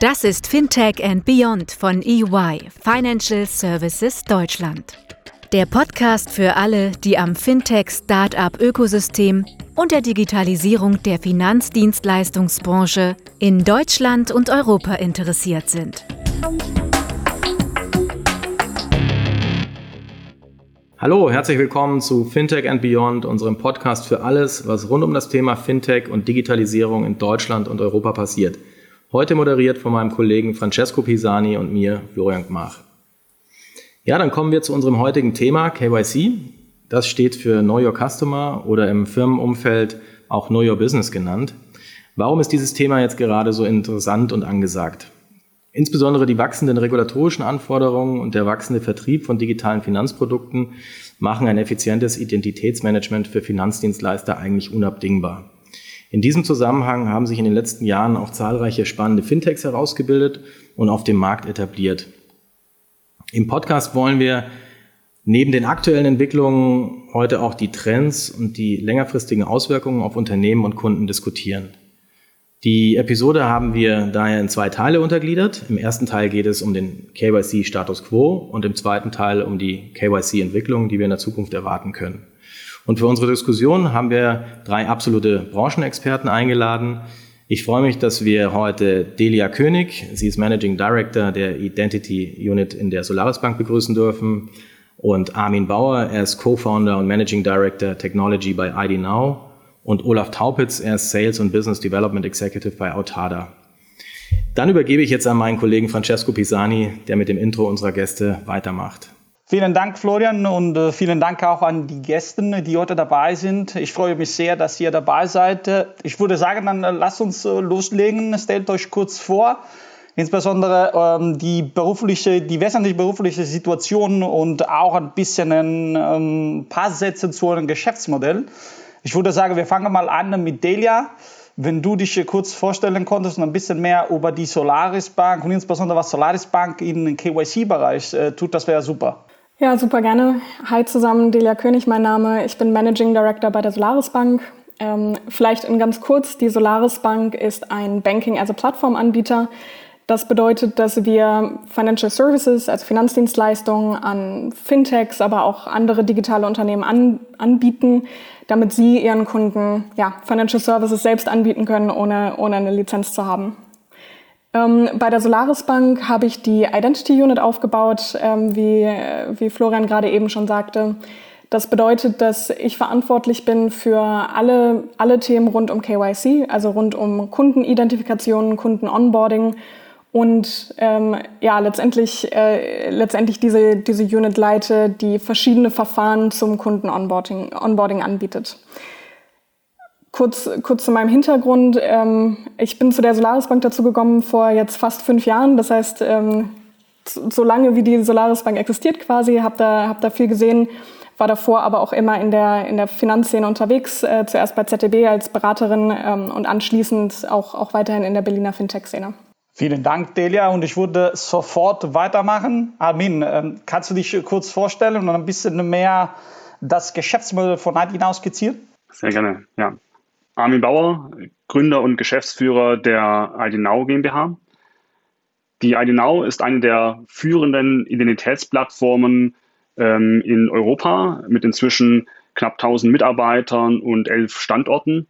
Das ist Fintech and Beyond von EY, Financial Services Deutschland. Der Podcast für alle, die am Fintech-Startup-Ökosystem und der Digitalisierung der Finanzdienstleistungsbranche in Deutschland und Europa interessiert sind. Hallo, herzlich willkommen zu Fintech and Beyond, unserem Podcast für alles, was rund um das Thema Fintech und Digitalisierung in Deutschland und Europa passiert. Heute moderiert von meinem Kollegen Francesco Pisani und mir, Florian Gmach. Ja, dann kommen wir zu unserem heutigen Thema, KYC. Das steht für Know Your Customer oder im Firmenumfeld auch Know Your Business genannt. Warum ist dieses Thema jetzt gerade so interessant und angesagt? Insbesondere die wachsenden regulatorischen Anforderungen und der wachsende Vertrieb von digitalen Finanzprodukten machen ein effizientes Identitätsmanagement für Finanzdienstleister eigentlich unabdingbar. In diesem Zusammenhang haben sich in den letzten Jahren auch zahlreiche spannende Fintechs herausgebildet und auf dem Markt etabliert. Im Podcast wollen wir neben den aktuellen Entwicklungen heute auch die Trends und die längerfristigen Auswirkungen auf Unternehmen und Kunden diskutieren. Die Episode haben wir daher in 2 Teile untergliedert. Im ersten Teil geht es um den KYC-Status quo und im zweiten Teil um die KYC-Entwicklung, die wir in der Zukunft erwarten können. Und für unsere Diskussion haben wir 3 absolute Branchenexperten eingeladen. Ich freue mich, dass wir heute Delia König, sie ist Managing Director der Identity Unit in der Solaris Bank, begrüßen dürfen, und Armin Bauer, er ist Co-Founder und Managing Director Technology bei ID Now, und Olaf Taupitz, er ist Sales und Business Development Executive bei Autada. Dann übergebe ich jetzt an meinen Kollegen Francesco Pisani, der mit dem Intro unserer Gäste weitermacht. Vielen Dank, Florian, und vielen Dank auch an die Gäste, die heute dabei sind. Ich freue mich sehr, dass ihr dabei seid. Ich würde sagen, dann lasst uns loslegen. Stellt euch kurz vor, insbesondere die wesentliche berufliche Situation und auch ein bisschen ein paar Sätze zu eurem Geschäftsmodell. Ich würde sagen, wir fangen mal an mit Delia. Wenn du dich kurz vorstellen konntest und ein bisschen mehr über die Solaris Bank und insbesondere was Solaris Bank im KYC-Bereich tut, das wäre super. Ja, super gerne. Hi zusammen, Delia König mein Name. Ich bin Managing Director bei der Solaris Bank. Vielleicht in ganz kurz, die Solaris Bank ist ein Banking-as-a-Plattform-Anbieter. Das bedeutet, dass wir Financial Services, also Finanzdienstleistungen an Fintechs, aber auch andere digitale Unternehmen anbieten, damit sie ihren Kunden Financial Services selbst anbieten können, ohne eine Lizenz zu haben. Bei der Solaris Bank habe ich die Identity Unit aufgebaut, wie Florian gerade eben schon sagte. Das bedeutet, dass ich verantwortlich bin für alle Themen rund um KYC, also rund um Kundenidentifikation, Kunden-Onboarding und letztendlich diese Unit leite, die verschiedene Verfahren zum Kunden-Onboarding anbietet. Kurz zu meinem Hintergrund. Ich bin zu der Solaris Bank dazu gekommen vor jetzt fast 5 Jahren. Das heißt, so lange wie die Solaris Bank existiert quasi, hab da viel gesehen, war davor aber auch immer in der Finanzszene unterwegs, zuerst bei ZDB als Beraterin und anschließend auch weiterhin in der Berliner Fintech-Szene. Vielen Dank, Delia, und ich würde sofort weitermachen. Armin, kannst du dich kurz vorstellen und ein bisschen mehr das Geschäftsmodell von ID Now skizzieren? Sehr gerne, ja. Armin Bauer, Gründer und Geschäftsführer der ID Now GmbH. Die ID Now ist eine der führenden Identitätsplattformen in Europa mit inzwischen knapp 1000 Mitarbeitern und 11 Standorten.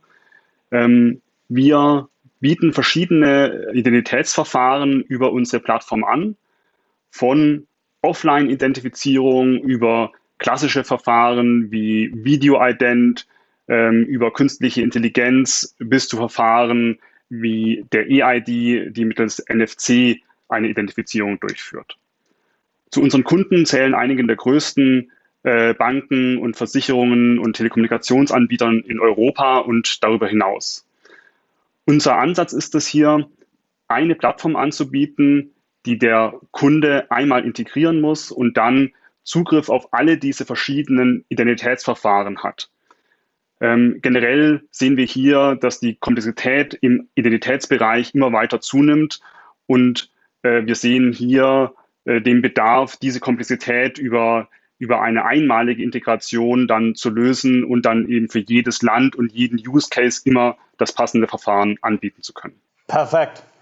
Wir bieten verschiedene Identitätsverfahren über unsere Plattform an, von Offline-Identifizierung über klassische Verfahren wie Video-Ident, über künstliche Intelligenz bis zu Verfahren wie der eID, die mittels NFC eine Identifizierung durchführt. Zu unseren Kunden zählen einige der größten Banken und Versicherungen und Telekommunikationsanbietern in Europa und darüber hinaus. Unser Ansatz ist es hier, eine Plattform anzubieten, die der Kunde einmal integrieren muss und dann Zugriff auf alle diese verschiedenen Identitätsverfahren hat. Generell sehen wir hier, dass die Komplexität im Identitätsbereich immer weiter zunimmt und wir sehen hier den Bedarf, diese Komplexität über eine einmalige Integration dann zu lösen und dann eben für jedes Land und jeden Use Case immer das passende Verfahren anbieten zu können. Perfekt.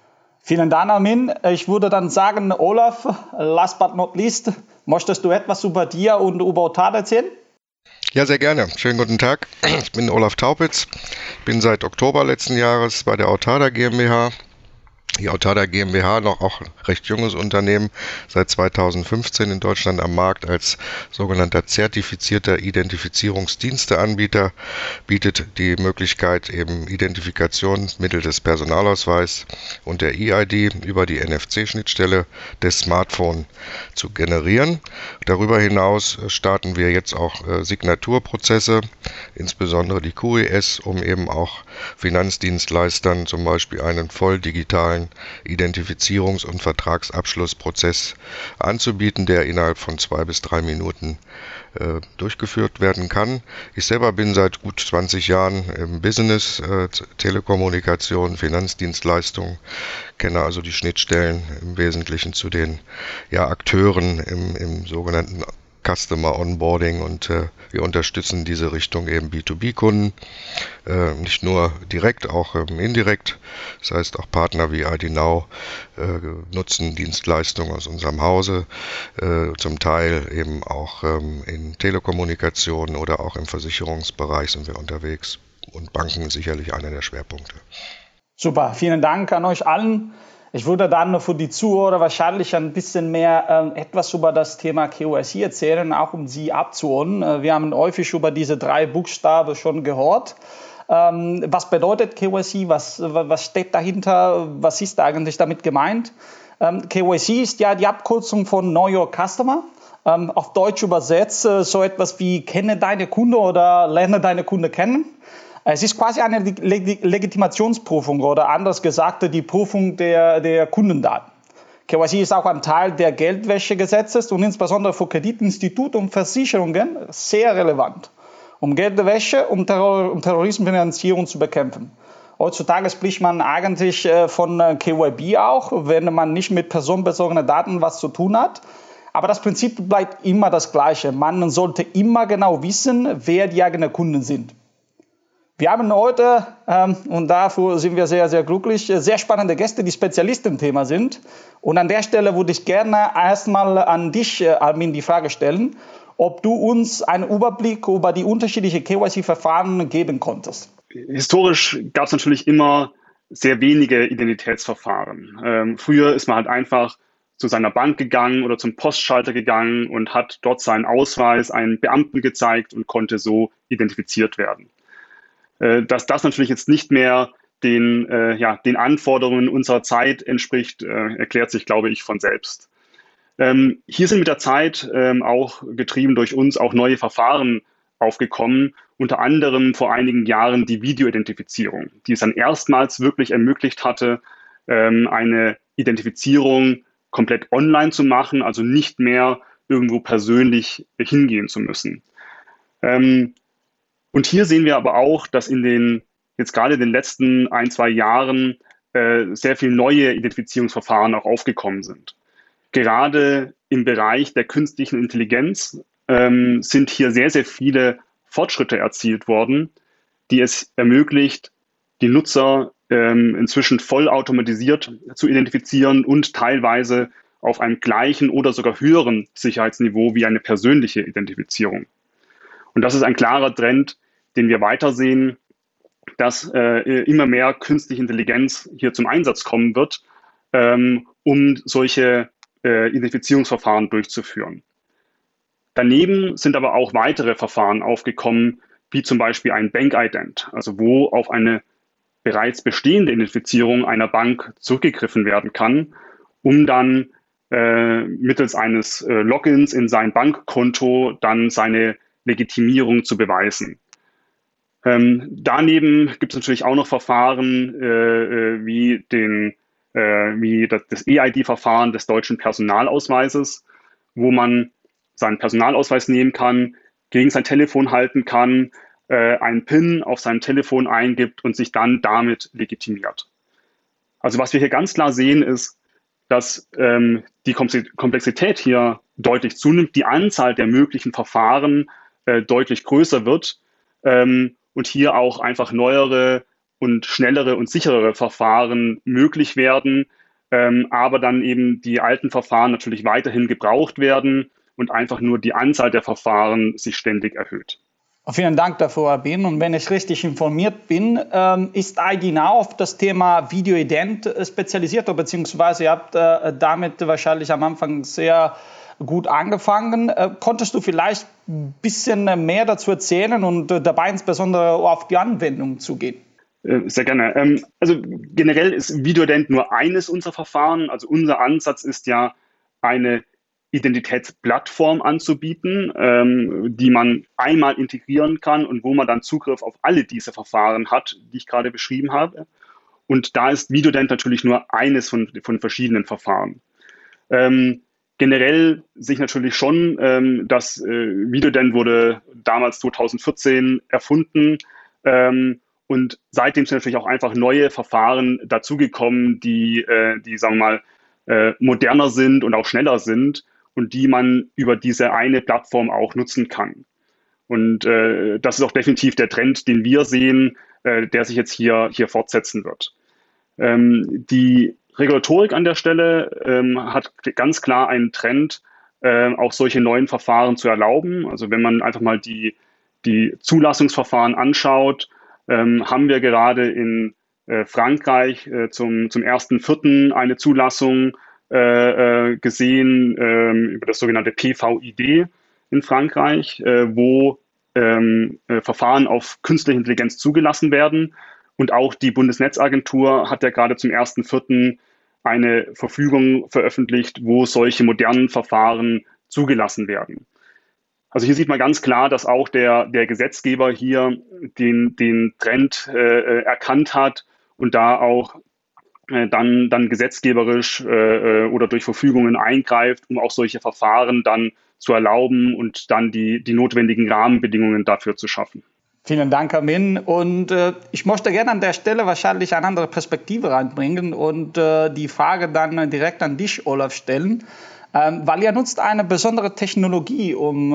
Vielen Dank, Armin. Ich würde dann sagen, Olaf, last but not least, möchtest du etwas über dir und über Otada erzählen? Ja, sehr gerne. Schönen guten Tag. Ich bin Olaf Taupitz, bin seit Oktober letzten Jahres bei der Otada GmbH. Die Otada GmbH, noch auch ein recht junges Unternehmen, seit 2015 in Deutschland am Markt als sogenannter zertifizierter Identifizierungsdiensteanbieter, bietet die Möglichkeit, eben Identifikation mittels des Personalausweises und der EID über die NFC-Schnittstelle des Smartphones zu generieren. Darüber hinaus starten wir jetzt auch Signaturprozesse, insbesondere die QES, um eben auch Finanzdienstleistern zum Beispiel einen voll digitalen Identifizierungs- und Vertragsabschlussprozess anzubieten, der innerhalb von 2 bis 3 Minuten durchgeführt werden kann. Ich selber bin seit gut 20 Jahren im Business, Telekommunikation, Finanzdienstleistungen, kenne also die Schnittstellen im Wesentlichen zu den Akteuren im sogenannten Customer Onboarding, und wir unterstützen diese Richtung eben B2B-Kunden, nicht nur direkt, auch indirekt. Das heißt, auch Partner wie ID Now nutzen Dienstleistungen aus unserem Hause, zum Teil eben auch in Telekommunikation oder auch im Versicherungsbereich sind wir unterwegs, und Banken ist sicherlich einer der Schwerpunkte. Super, vielen Dank an euch allen. Ich würde dann für die Zuhörer wahrscheinlich ein bisschen mehr etwas über das Thema KYC erzählen, auch um sie abzuholen. Wir haben häufig über diese 3 Buchstaben schon gehört. Was bedeutet KYC? Was steckt dahinter? Was ist eigentlich damit gemeint? KYC ist ja die Abkürzung von Know Your Customer. Auf Deutsch übersetzt so etwas wie kenne deine Kunde oder lerne deine Kunde kennen. Es ist quasi eine Legitimationsprüfung oder anders gesagt die Prüfung der Kundendaten. KYC ist auch ein Teil der Geldwäschegesetzes und insbesondere für Kreditinstitute und Versicherungen sehr relevant, um Geldwäsche und Terrorismusfinanzierung zu bekämpfen. Heutzutage spricht man eigentlich von KYB auch, wenn man nicht mit personenbezogenen Daten was zu tun hat. Aber das Prinzip bleibt immer das Gleiche. Man sollte immer genau wissen, wer die eigenen Kunden sind. Wir haben heute, und dafür sind wir sehr, sehr glücklich, sehr spannende Gäste, die Spezialisten im Thema sind. Und an der Stelle würde ich gerne erstmal an dich, Armin, die Frage stellen, ob du uns einen Überblick über die unterschiedlichen KYC-Verfahren geben konntest. Historisch gab es natürlich immer sehr wenige Identitätsverfahren. Früher ist man halt einfach zu seiner Bank gegangen oder zum Postschalter gegangen und hat dort seinen Ausweis einem Beamten gezeigt und konnte so identifiziert werden. Dass das natürlich jetzt nicht mehr den Anforderungen unserer Zeit entspricht, erklärt sich, glaube ich, von selbst. Hier sind mit der Zeit auch getrieben durch uns auch neue Verfahren aufgekommen, unter anderem vor einigen Jahren die Videoidentifizierung, die es dann erstmals wirklich ermöglicht hatte, eine Identifizierung komplett online zu machen, also nicht mehr irgendwo persönlich hingehen zu müssen. Und hier sehen wir aber auch, dass jetzt gerade in den letzten 1-2 Jahren sehr viele neue Identifizierungsverfahren auch aufgekommen sind. Gerade im Bereich der künstlichen Intelligenz sind hier sehr, sehr viele Fortschritte erzielt worden, die es ermöglicht, die Nutzer inzwischen vollautomatisiert zu identifizieren und teilweise auf einem gleichen oder sogar höheren Sicherheitsniveau wie eine persönliche Identifizierung. Und das ist ein klarer Trend, den wir weitersehen, dass immer mehr künstliche Intelligenz hier zum Einsatz kommen wird, um solche Identifizierungsverfahren durchzuführen. Daneben sind aber auch weitere Verfahren aufgekommen, wie zum Beispiel ein Bank-Ident, also wo auf eine bereits bestehende Identifizierung einer Bank zurückgegriffen werden kann, um dann mittels eines Logins in sein Bankkonto dann seine Legitimierung zu beweisen. Daneben gibt es natürlich auch noch Verfahren wie das EID-Verfahren des deutschen Personalausweises, wo man seinen Personalausweis nehmen kann, gegen sein Telefon halten kann, einen PIN auf sein Telefon eingibt und sich dann damit legitimiert. Also was wir hier ganz klar sehen ist, dass die Komplexität hier deutlich zunimmt, die Anzahl der möglichen Verfahren deutlich größer wird und hier auch einfach neuere und schnellere und sicherere Verfahren möglich werden, aber dann eben die alten Verfahren natürlich weiterhin gebraucht werden und einfach nur die Anzahl der Verfahren sich ständig erhöht. Vielen Dank dafür, Herr Bin. Und wenn ich richtig informiert bin, ist ID Now auf das Thema Video-Ident spezialisiert, beziehungsweise ihr habt damit wahrscheinlich am Anfang sehr gut angefangen. Konntest du vielleicht ein bisschen mehr dazu erzählen und dabei insbesondere auf die Anwendung zugehen? Sehr gerne. Also generell ist Video-Ident nur eines unserer Verfahren. Also unser Ansatz ist ja, eine Identitätsplattform anzubieten, die man einmal integrieren kann und wo man dann Zugriff auf alle diese Verfahren hat, die ich gerade beschrieben habe. Und da ist Video-Ident natürlich nur eines von verschiedenen Verfahren. Generell sehe ich natürlich schon, dass Video-Ident wurde damals 2014 erfunden und seitdem sind natürlich auch einfach neue Verfahren dazugekommen, die sagen wir mal, moderner sind und auch schneller sind und die man über diese eine Plattform auch nutzen kann. Und das ist auch definitiv der Trend, den wir sehen, der sich jetzt hier fortsetzen wird. Die Regulatorik an der Stelle hat ganz klar einen Trend, auch solche neuen Verfahren zu erlauben. Also wenn man einfach mal die Zulassungsverfahren anschaut, haben wir gerade in Frankreich zum 1.4. eine Zulassung gesehen über das sogenannte PVID in Frankreich, wo Verfahren auf künstliche Intelligenz zugelassen werden. Und auch die Bundesnetzagentur hat ja gerade zum 1.4. eine Verfügung veröffentlicht, wo solche modernen Verfahren zugelassen werden. Also hier sieht man ganz klar, dass auch der Gesetzgeber hier den Trend erkannt hat und da auch dann gesetzgeberisch oder durch Verfügungen eingreift, um auch solche Verfahren dann zu erlauben und dann die notwendigen Rahmenbedingungen dafür zu schaffen. Vielen Dank, Herr Min. Und ich möchte gerne an der Stelle wahrscheinlich eine andere Perspektive reinbringen und die Frage dann direkt an dich, Olaf, stellen. Weil ihr nutzt eine besondere Technologie,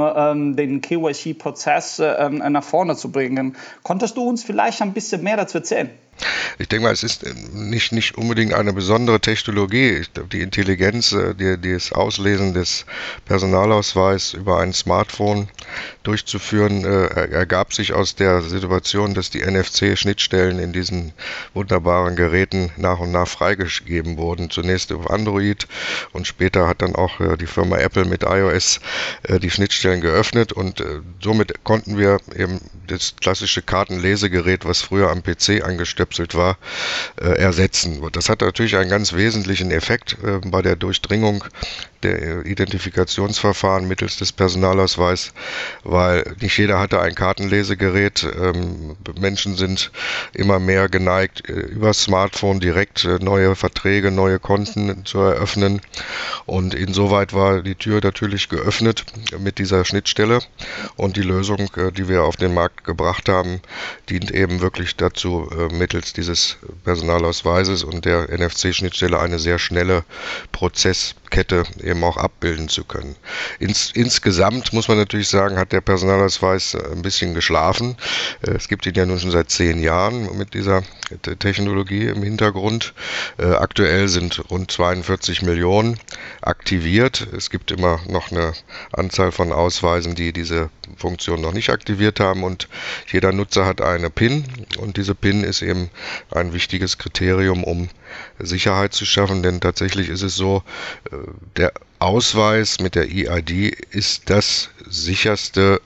um den KYC-Prozess nach vorne zu bringen. Konntest du uns vielleicht ein bisschen mehr dazu erzählen? Ich denke mal, es ist nicht unbedingt eine besondere Technologie. Die Intelligenz, das Auslesen des Personalausweises über ein Smartphone durchzuführen, ergab sich aus der Situation, dass die NFC-Schnittstellen in diesen wunderbaren Geräten nach und nach freigegeben wurden. Zunächst auf Android und später hat dann auch die Firma Apple mit iOS die Schnittstellen geöffnet und somit konnten wir eben das klassische Kartenlesegerät, was früher am PC angestöpselt war, ersetzen. Das hat natürlich einen ganz wesentlichen Effekt bei der Durchdringung der Identifikationsverfahren mittels des Personalausweises, weil nicht jeder hatte ein Kartenlesegerät. Menschen sind immer mehr geneigt, über Smartphone direkt neue Verträge, neue Konten zu eröffnen. Und insoweit war die Tür natürlich geöffnet mit dieser Schnittstelle. Und die Lösung, die wir auf den Markt gebracht haben, dient eben wirklich dazu, mittels dieses Personalausweises und der NFC-Schnittstelle eine sehr schnelle Prozesskette eben auch abbilden zu können. Insgesamt muss man natürlich sagen, hat der Personalausweis ein bisschen geschlafen. Es gibt ihn ja nun schon seit 10 Jahren mit dieser Technologie im Hintergrund. Aktuell sind rund 42 Millionen aktiviert. Es gibt immer noch eine Anzahl von Ausweisen, die diese Funktion noch nicht aktiviert haben und jeder Nutzer hat eine PIN und diese PIN ist eben ein wichtiges Kriterium, um Sicherheit zu schaffen, denn tatsächlich ist es so, der Ausweis mit der EID ist das sicherste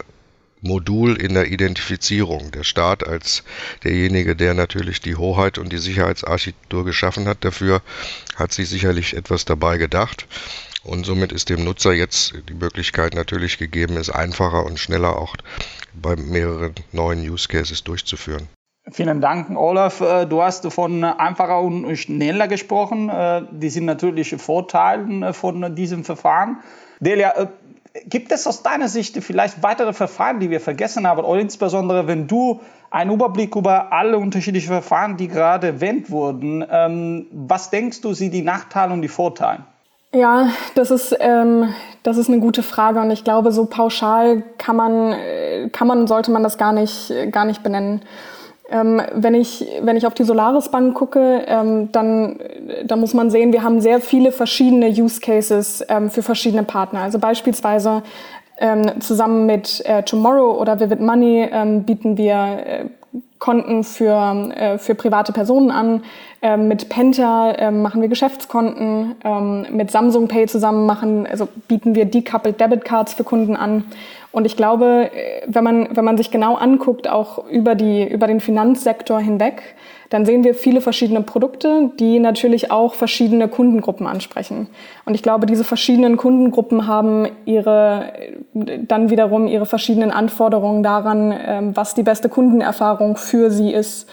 Modul in der Identifizierung. Der Staat als derjenige, der natürlich die Hoheit und die Sicherheitsarchitektur geschaffen hat dafür, hat sich sicherlich etwas dabei gedacht. Und somit ist dem Nutzer jetzt die Möglichkeit natürlich gegeben, es einfacher und schneller auch bei mehreren neuen Use Cases durchzuführen. Vielen Dank, Olaf. Du hast von einfacher und schneller gesprochen. Die sind natürlich Vorteile von diesem Verfahren. Delia, gibt es aus deiner Sicht vielleicht weitere Verfahren, die wir vergessen haben? Oder insbesondere, wenn du einen Überblick über alle unterschiedlichen Verfahren, die gerade erwähnt wurden, was denkst du, sind die Nachteile und die Vorteile? Ja, das ist eine gute Frage und ich glaube, so pauschal sollte man das gar nicht benennen. Wenn ich auf die Solaris Bank gucke, dann muss man sehen, wir haben sehr viele verschiedene Use Cases für verschiedene Partner. Also beispielsweise zusammen mit Tomorrow oder Vivid Money bieten wir Konten für private Personen an. Mit Penta machen wir Geschäftskonten. Mit Samsung Pay zusammen bieten wir Decoupled Debit Cards für Kunden an. Und ich glaube, wenn man sich genau anguckt, auch über den Finanzsektor hinweg, dann sehen wir viele verschiedene Produkte, die natürlich auch verschiedene Kundengruppen ansprechen. Und ich glaube, diese verschiedenen Kundengruppen haben dann wiederum ihre verschiedenen Anforderungen daran, was die beste Kundenerfahrung für sie ist.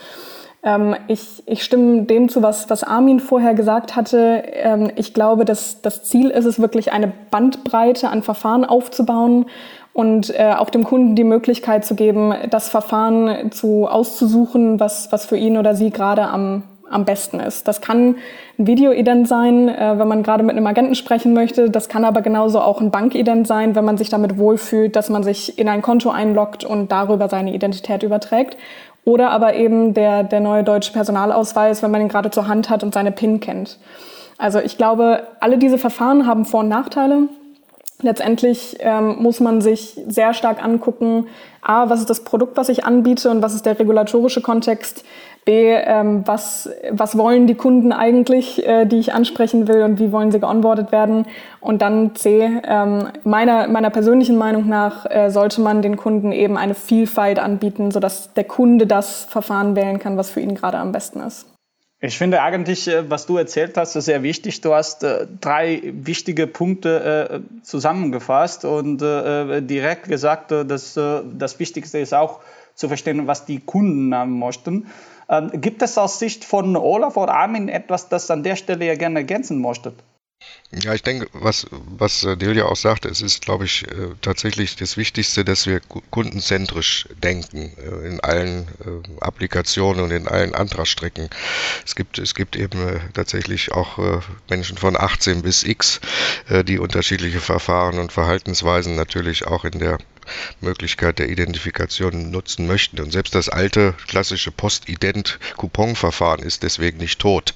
Ich stimme dem zu, was Armin vorher gesagt hatte. Ich glaube, dass das Ziel ist es wirklich, eine Bandbreite an Verfahren aufzubauen und auch dem Kunden die Möglichkeit zu geben, das Verfahren auszusuchen, was für ihn oder sie gerade am besten ist. Das kann ein Videoident sein, wenn man gerade mit einem Agenten sprechen möchte. Das kann aber genauso auch ein Bankident sein, wenn man sich damit wohlfühlt, dass man sich in ein Konto einloggt und darüber seine Identität überträgt. Oder aber eben der neue deutsche Personalausweis, wenn man ihn gerade zur Hand hat und seine PIN kennt. Also ich glaube, alle diese Verfahren haben Vor- und Nachteile. Letztendlich muss man sich sehr stark angucken, A, was ist das Produkt, was ich anbiete und was ist der regulatorische Kontext, B, was wollen die Kunden eigentlich, die ich ansprechen will und wie wollen sie geonboardet werden, und dann C, meiner persönlichen Meinung nach sollte man den Kunden eben eine Vielfalt anbieten, sodass der Kunde das Verfahren wählen kann, was für ihn gerade am besten ist. Ich finde eigentlich, was du erzählt hast, ist sehr wichtig. Du hast 3 wichtige Punkte zusammengefasst und direkt gesagt, dass das Wichtigste ist auch zu verstehen, was die Kunden haben möchten. Gibt es aus Sicht von Olaf oder Armin etwas, das an der Stelle ihr gerne ergänzen möchtet? Ja, ich denke, was Delia auch sagte, es ist, glaube ich, tatsächlich das Wichtigste, dass wir kundenzentrisch denken in allen Applikationen und in allen Antragsstrecken. Es gibt eben tatsächlich auch Menschen von 18 bis X, die unterschiedliche Verfahren und Verhaltensweisen natürlich auch in der Möglichkeit der Identifikation nutzen möchten. Und selbst das alte klassische Postident-Coupon-Verfahren ist deswegen nicht tot.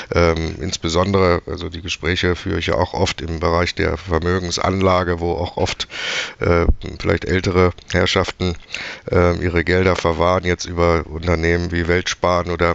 Insbesondere, also die Gespräche führe ich ja auch oft im Bereich der Vermögensanlage, wo auch oft vielleicht ältere Herrschaften ihre Gelder verwahren, jetzt über Unternehmen wie Weltsparen oder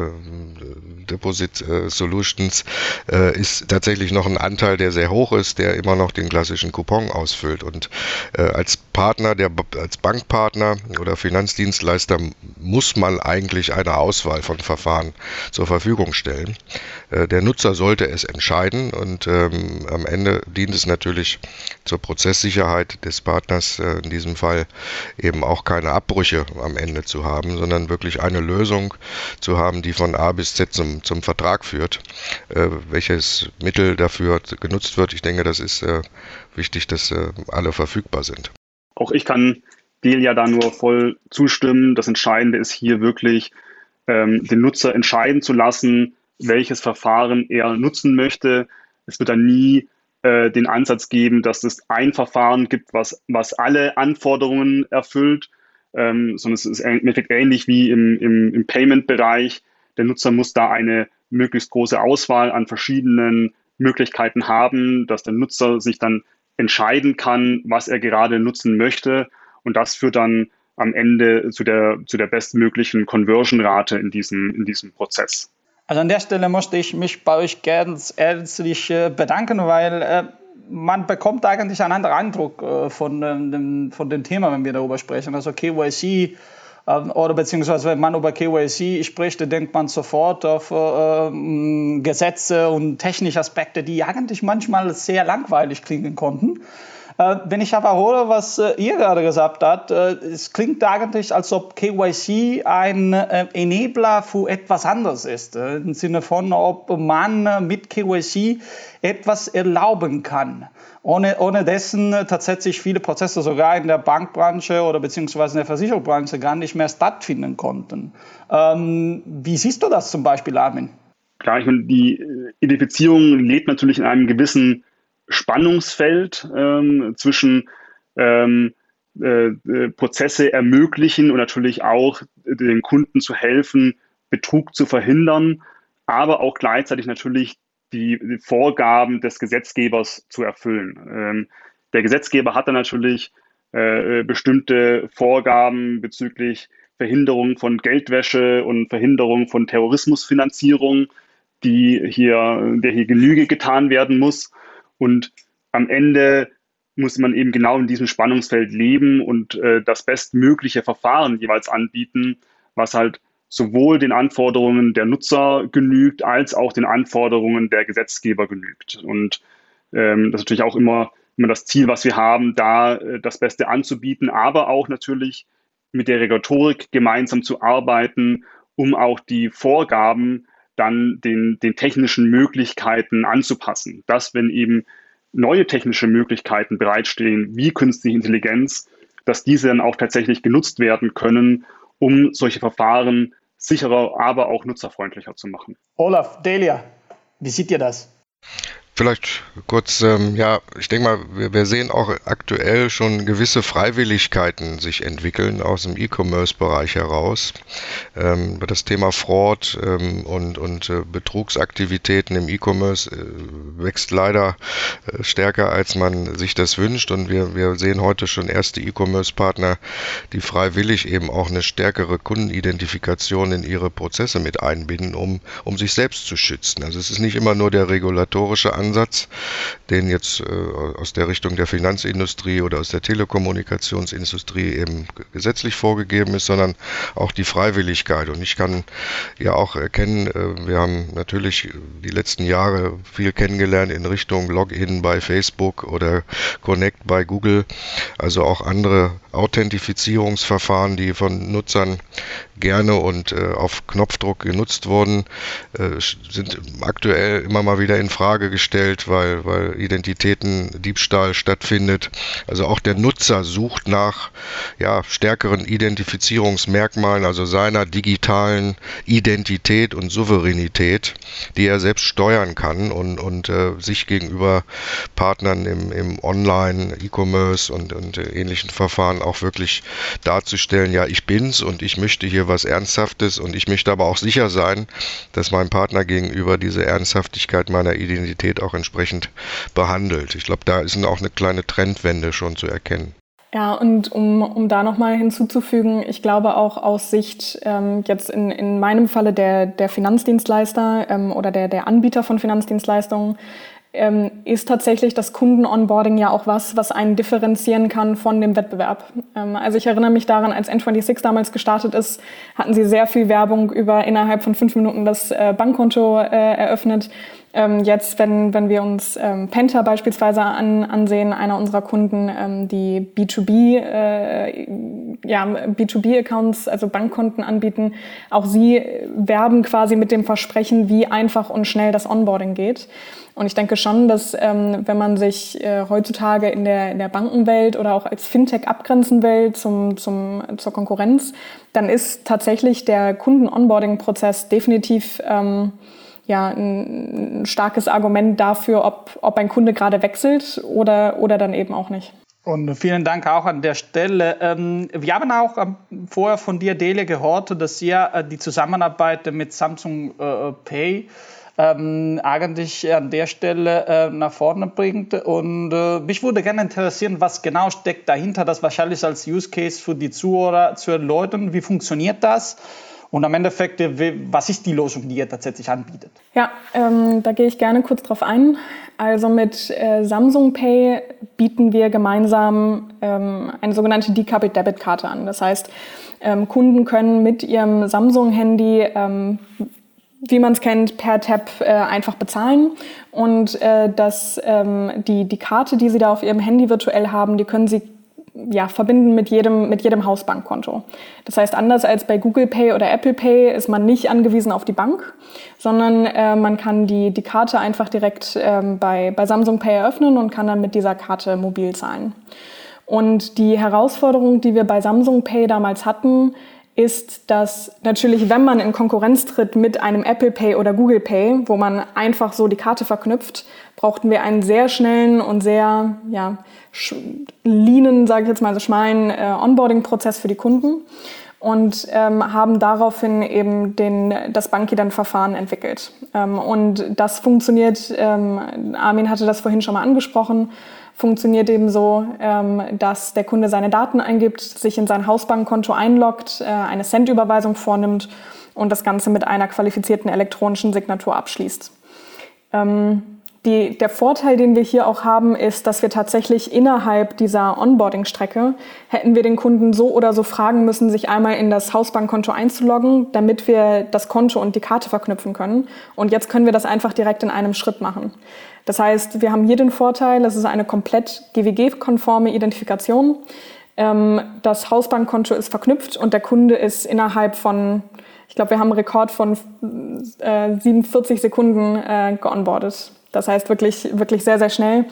Deposit Solutions, ist tatsächlich noch ein Anteil, der sehr hoch ist, der immer noch den klassischen Coupon ausfüllt. Und als Bankpartner oder Finanzdienstleister muss man eigentlich eine Auswahl von Verfahren zur Verfügung stellen. Der Nutzer sollte es entscheiden und am Ende dient es natürlich zur Prozesssicherheit des Partners, in diesem Fall eben auch keine Abbrüche am Ende zu haben, sondern wirklich eine Lösung zu haben, die von A bis Z zum Vertrag führt. Welches Mittel dafür genutzt wird, ich denke, das ist wichtig, dass alle verfügbar sind. Auch ich kann Delia da nur voll zustimmen. Das Entscheidende ist hier wirklich, den Nutzer entscheiden zu lassen, welches Verfahren er nutzen möchte. Es wird dann nie den Ansatz geben, dass es ein Verfahren gibt, was alle Anforderungen erfüllt, sondern es ist im Endeffekt ähnlich wie im Payment-Bereich. Der Nutzer muss da eine möglichst große Auswahl an verschiedenen Möglichkeiten haben, dass der Nutzer sich dann entscheiden kann, was er gerade nutzen möchte. Und das führt dann am Ende zu der bestmöglichen Conversion-Rate in diesem Prozess. Also an der Stelle möchte ich mich bei euch ganz herzlich bedanken, weil man bekommt eigentlich einen anderen Eindruck von dem Thema, wenn wir darüber sprechen. Also KYC oder beziehungsweise wenn man über KYC spricht, denkt man sofort auf Gesetze und technische Aspekte, die eigentlich manchmal sehr langweilig klingen konnten. Wenn ich aber höre, was ihr gerade gesagt habt, es klingt eigentlich, als ob KYC ein Enabler für etwas anderes ist. Im Sinne von, ob man mit KYC etwas erlauben kann. Ohne dessen tatsächlich viele Prozesse sogar in der Bankbranche oder beziehungsweise in der Versicherungsbranche gar nicht mehr stattfinden konnten. Wie siehst du das zum Beispiel, Armin? Klar, ich meine, die Identifizierung lebt natürlich in einem gewissen Spannungsfeld zwischen Prozesse ermöglichen und natürlich auch den Kunden zu helfen, Betrug zu verhindern, aber auch gleichzeitig natürlich die Vorgaben des Gesetzgebers zu erfüllen. Der Gesetzgeber hat dann natürlich bestimmte Vorgaben bezüglich Verhinderung von Geldwäsche und Verhinderung von Terrorismusfinanzierung, der hier Genüge getan werden muss. Und am Ende muss man eben genau in diesem Spannungsfeld leben und das bestmögliche Verfahren jeweils anbieten, was halt sowohl den Anforderungen der Nutzer genügt, als auch den Anforderungen der Gesetzgeber genügt. Und das ist natürlich auch immer das Ziel, was wir haben, da das Beste anzubieten, aber auch natürlich mit der Regulatorik gemeinsam zu arbeiten, um auch die Vorgaben dann den technischen Möglichkeiten anzupassen. Dass, wenn eben neue technische Möglichkeiten bereitstehen, wie künstliche Intelligenz, dass diese dann auch tatsächlich genutzt werden können, um solche Verfahren sicherer, aber auch nutzerfreundlicher zu machen. Olaf, Delia, wie seht ihr das? Vielleicht kurz, ich denke mal, wir sehen auch aktuell schon gewisse Freiwilligkeiten sich entwickeln aus dem E-Commerce-Bereich heraus. Das Thema Fraud und Betrugsaktivitäten im E-Commerce wächst leider stärker, als man sich das wünscht. Und wir sehen heute schon erste E-Commerce-Partner, die freiwillig eben auch eine stärkere Kundenidentifikation in ihre Prozesse mit einbinden, um sich selbst zu schützen. Also es ist nicht immer nur der regulatorische Ansatz, den jetzt aus der Richtung der Finanzindustrie oder aus der Telekommunikationsindustrie eben gesetzlich vorgegeben ist, sondern auch die Freiwilligkeit. Und ich kann ja auch erkennen, wir haben natürlich die letzten Jahre viel kennengelernt in Richtung Login bei Facebook oder Connect bei Google, also auch andere Authentifizierungsverfahren, die von Nutzern gerne und auf Knopfdruck genutzt wurden, sind aktuell immer mal wieder in Frage gestellt, weil Identitätendiebstahl stattfindet. Also auch der Nutzer sucht nach stärkeren Identifizierungsmerkmalen, also seiner digitalen Identität und Souveränität, die er selbst steuern kann und sich gegenüber Partnern im Online, E-Commerce und ähnlichen Verfahren auch wirklich darzustellen, ja, ich bin's und ich möchte hier was Ernsthaftes und ich möchte aber auch sicher sein, dass mein Partner gegenüber diese Ernsthaftigkeit meiner Identität auch entsprechend behandelt. Ich glaube, da ist auch eine kleine Trendwende schon zu erkennen. Ja, und um da nochmal hinzuzufügen, ich glaube auch aus Sicht jetzt in meinem Falle der Finanzdienstleister oder der Anbieter von Finanzdienstleistungen, ist tatsächlich das Kunden-Onboarding ja auch was einen differenzieren kann von dem Wettbewerb. Also ich erinnere mich daran, als N26 damals gestartet ist, hatten sie sehr viel Werbung über innerhalb von 5 Minuten das Bankkonto eröffnet. Jetzt, wenn wir uns Penta beispielsweise ansehen, einer unserer Kunden, die B2B-Accounts, also Bankkonten anbieten, auch sie werben quasi mit dem Versprechen, wie einfach und schnell das Onboarding geht. Und ich denke schon, dass wenn man sich heutzutage in der Bankenwelt oder auch als Fintech abgrenzen will zur Konkurrenz, dann ist tatsächlich der Kunden-Onboarding-Prozess definitiv ein starkes Argument dafür, ob ein Kunde gerade wechselt oder dann eben auch nicht. Und vielen Dank auch an der Stelle. Wir haben auch vorher von dir, Delia, gehört, dass ihr die Zusammenarbeit mit Samsung Pay eigentlich an der Stelle nach vorne bringt. Und mich würde gerne interessieren, was genau steckt dahinter, das wahrscheinlich als Use Case für die Zuhörer zu erläutern. Wie funktioniert das? Und am Endeffekt, was ist die Lösung, die ihr tatsächlich anbietet? Ja, da gehe ich gerne kurz drauf ein. Also mit Samsung Pay bieten wir gemeinsam eine sogenannte Decoupled Debitkarte an. Das heißt, Kunden können mit ihrem Samsung-Handy wie man es kennt, per Tap einfach bezahlen. Und die Karte, die Sie da auf Ihrem Handy virtuell haben, die können Sie verbinden mit jedem Hausbankkonto. Das heißt, anders als bei Google Pay oder Apple Pay ist man nicht angewiesen auf die Bank, sondern man kann die Karte einfach direkt bei Samsung Pay eröffnen und kann dann mit dieser Karte mobil zahlen. Und die Herausforderung, die wir bei Samsung Pay damals hatten, ist, dass natürlich, wenn man in Konkurrenz tritt mit einem Apple Pay oder Google Pay, wo man einfach so die Karte verknüpft, brauchten wir einen sehr schnellen und sehr leanen, sage ich jetzt mal, so schmalen Onboarding-Prozess für die Kunden und haben daraufhin eben das Bankident-Verfahren entwickelt. Und das funktioniert, Armin hatte das vorhin schon mal angesprochen, funktioniert eben so, dass der Kunde seine Daten eingibt, sich in sein Hausbankkonto einloggt, eine Cent-Überweisung vornimmt und das Ganze mit einer qualifizierten elektronischen Signatur abschließt. Der Vorteil, den wir hier auch haben, ist, dass wir tatsächlich innerhalb dieser Onboarding-Strecke hätten wir den Kunden so oder so fragen müssen, sich einmal in das Hausbankkonto einzuloggen, damit wir das Konto und die Karte verknüpfen können. Und jetzt können wir das einfach direkt in einem Schritt machen. Das heißt, wir haben hier den Vorteil, es ist eine komplett GWG-konforme Identifikation. Das Hausbankkonto ist verknüpft und der Kunde ist innerhalb von, ich glaube, wir haben einen Rekord von 47 Sekunden geonboardet. Das heißt wirklich, wirklich sehr, sehr schnell.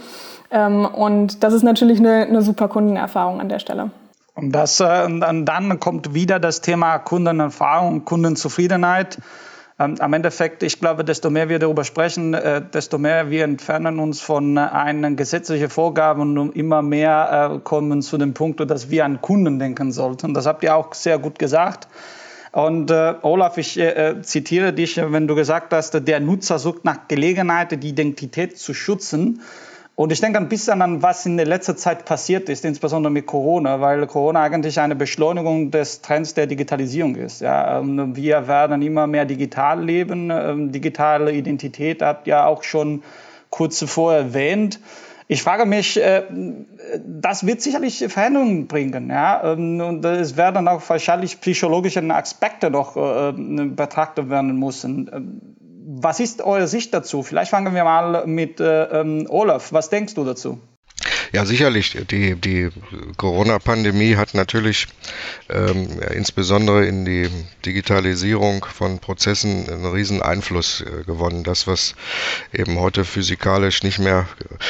Und das ist natürlich eine super Kundenerfahrung an der Stelle. Und dann kommt wieder das Thema Kundenerfahrung, Kundenzufriedenheit. Am Endeffekt, ich glaube, desto mehr wir darüber sprechen, desto mehr wir entfernen uns von einer gesetzlichen Vorgabe und immer mehr kommen zu dem Punkt, dass wir an Kunden denken sollten. Das habt ihr auch sehr gut gesagt. Und Olaf, ich zitiere dich, wenn du gesagt hast, der Nutzer sucht nach Gelegenheit, die Identität zu schützen. Und ich denke ein bisschen an, was in der letzten Zeit passiert ist, insbesondere mit Corona, weil Corona eigentlich eine Beschleunigung des Trends der Digitalisierung ist. Ja, wir werden immer mehr digital leben. Digitale Identität habt ihr auch schon kurz zuvor erwähnt. Ich frage mich, das wird sicherlich Veränderungen bringen, ja, und es werden auch wahrscheinlich psychologische Aspekte noch betrachtet werden müssen. Was ist eure Sicht dazu? Vielleicht fangen wir mal mit Olaf. Was denkst du dazu? Ja, sicherlich. Die Corona-Pandemie hat natürlich insbesondere in die Digitalisierung von Prozessen einen riesen Einfluss gewonnen. Das, was eben heute physikalisch nicht mehr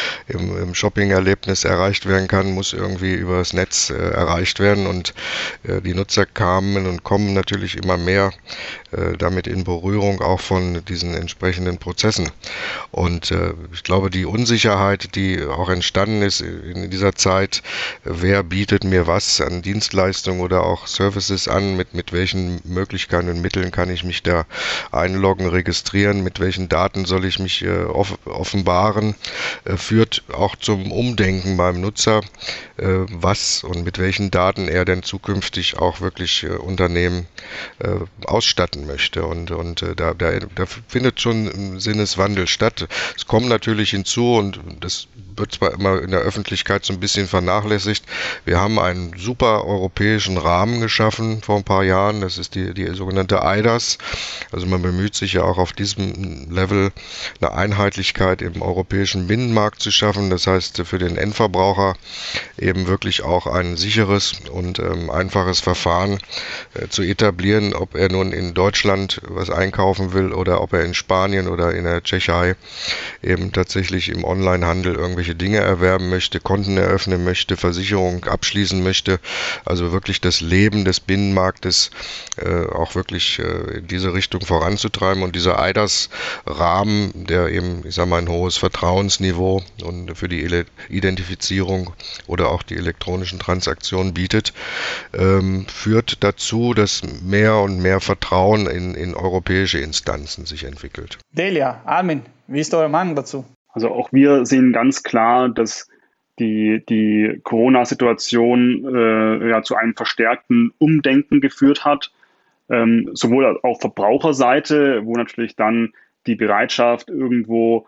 im Shopping-Erlebnis erreicht werden kann, muss irgendwie über das Netz erreicht werden. Und die Nutzer kamen und kommen natürlich immer mehr damit in Berührung, auch von diesen entsprechenden Prozessen. Und ich glaube, die Unsicherheit, die auch entstanden ist in dieser Zeit, wer bietet mir was an Dienstleistungen oder auch Services an, mit welchen Möglichkeiten und Mitteln kann ich mich da einloggen, registrieren, mit welchen Daten soll ich mich offenbaren, führt auch zum Umdenken beim Nutzer, was und mit welchen Daten er denn zukünftig auch wirklich Unternehmen ausstatten möchte. Und da findet schon ein Sinneswandel statt. Es kommt natürlich hinzu, und das wird zwar immer in der Öffentlichkeit so ein bisschen vernachlässigt, wir haben einen super europäischen Rahmen geschaffen vor ein paar Jahren, das ist die sogenannte eIDAS. Also man bemüht sich ja auch auf diesem Level eine Einheitlichkeit im europäischen Binnenmarkt zu schaffen, das heißt für den Endverbraucher eben wirklich auch ein sicheres und einfaches Verfahren zu etablieren, ob er nun in Deutschland was einkaufen will oder ob er in Spanien oder in der Tschechei eben tatsächlich im Onlinehandel irgendwelche Dinge erwerben möchte, Konten eröffnen möchte, Versicherungen abschließen möchte, also wirklich das Leben des Binnenmarktes auch wirklich in diese Richtung voranzutreiben. Und dieser eIDAS-Rahmen, der eben, ich sage mal, ein hohes Vertrauensniveau und für die Identifizierung oder auch die elektronischen Transaktionen bietet, führt dazu, dass mehr und mehr Vertrauen in europäische Instanzen sich entwickelt. Delia, Armin, wie ist eure Meinung dazu? Also auch wir sehen ganz klar, dass die Corona-Situation zu einem verstärkten Umdenken geführt hat, sowohl auf Verbraucherseite, wo natürlich dann die Bereitschaft, irgendwo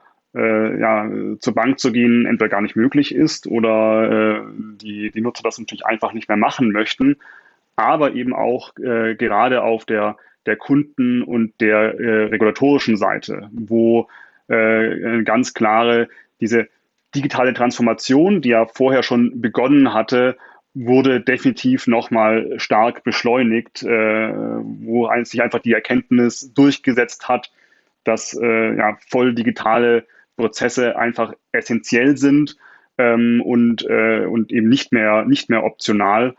zur Bank zu gehen, entweder gar nicht möglich ist oder die Nutzer das natürlich einfach nicht mehr machen möchten, aber eben auch gerade auf der Kunden- und der regulatorischen Seite, wo ganz klare, diese digitale Transformation, die ja vorher schon begonnen hatte, wurde definitiv nochmal stark beschleunigt, wo sich einfach die Erkenntnis durchgesetzt hat, dass voll digitale Prozesse einfach essentiell sind und eben nicht mehr optional.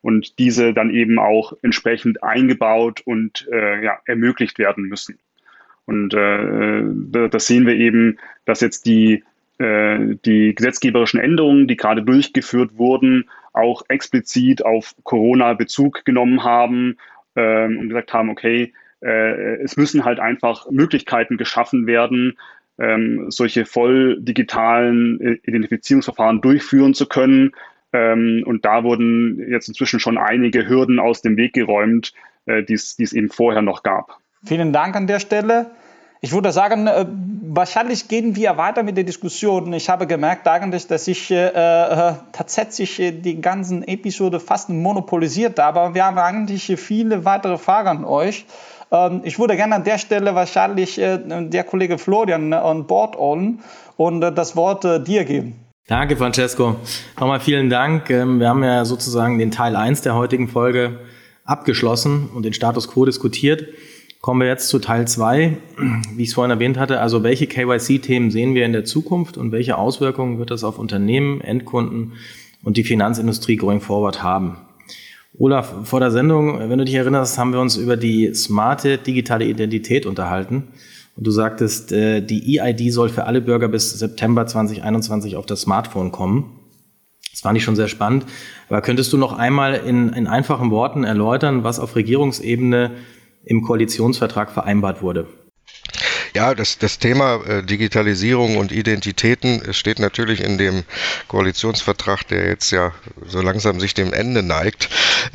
und diese dann eben auch entsprechend eingebaut und ermöglicht werden müssen. Und das sehen wir eben, dass jetzt die gesetzgeberischen Änderungen, die gerade durchgeführt wurden, auch explizit auf Corona Bezug genommen haben und gesagt haben, okay, es müssen halt einfach Möglichkeiten geschaffen werden, solche voll digitalen Identifizierungsverfahren durchführen zu können. Und da wurden jetzt inzwischen schon einige Hürden aus dem Weg geräumt, die es eben vorher noch gab. Vielen Dank an der Stelle. Ich würde sagen, wahrscheinlich gehen wir weiter mit der Diskussion. Ich habe gemerkt eigentlich, dass ich tatsächlich die ganzen Episode fast monopolisiert habe, aber wir haben eigentlich viele weitere Fragen an euch. Ich würde gerne an der Stelle wahrscheinlich der Kollege Florian an Bord holen und das Wort dir geben. Danke, Francesco. Nochmal vielen Dank. Wir haben ja sozusagen den Teil 1 der heutigen Folge abgeschlossen und den Status quo diskutiert. Kommen wir jetzt zu Teil 2, wie ich es vorhin erwähnt hatte. Also welche KYC-Themen sehen wir in der Zukunft und welche Auswirkungen wird das auf Unternehmen, Endkunden und die Finanzindustrie going forward haben? Olaf, vor der Sendung, wenn du dich erinnerst, haben wir uns über die smarte digitale Identität unterhalten. Und du sagtest, die EID soll für alle Bürger bis September 2021 auf das Smartphone kommen. Das fand ich schon sehr spannend. Aber könntest du noch einmal in einfachen Worten erläutern, was auf Regierungsebene im Koalitionsvertrag vereinbart wurde? Ja, das Thema Digitalisierung und Identitäten steht natürlich in dem Koalitionsvertrag, der jetzt ja so langsam sich dem Ende neigt,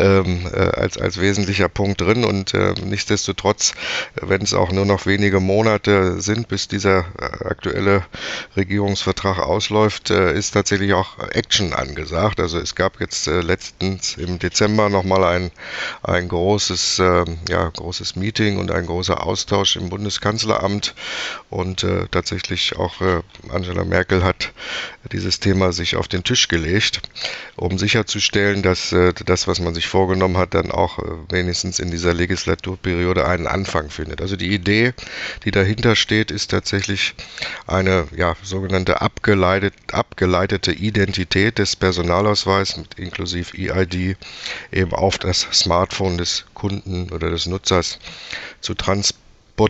als wesentlicher Punkt drin. Und nichtsdestotrotz, wenn es auch nur noch wenige Monate sind, bis dieser aktuelle Regierungsvertrag ausläuft, ist tatsächlich auch Action angesagt. Also es gab jetzt letztens im Dezember nochmal ein großes Meeting und ein großer Austausch im Bundeskanzleramt. Und tatsächlich auch Angela Merkel hat dieses Thema sich auf den Tisch gelegt, um sicherzustellen, dass das, was man sich vorgenommen hat, dann auch wenigstens in dieser Legislaturperiode einen Anfang findet. Also die Idee, die dahinter steht, ist tatsächlich eine sogenannte abgeleitete Identität des Personalausweises mit inklusive EID eben auf das Smartphone des Kunden oder des Nutzers zu transportieren.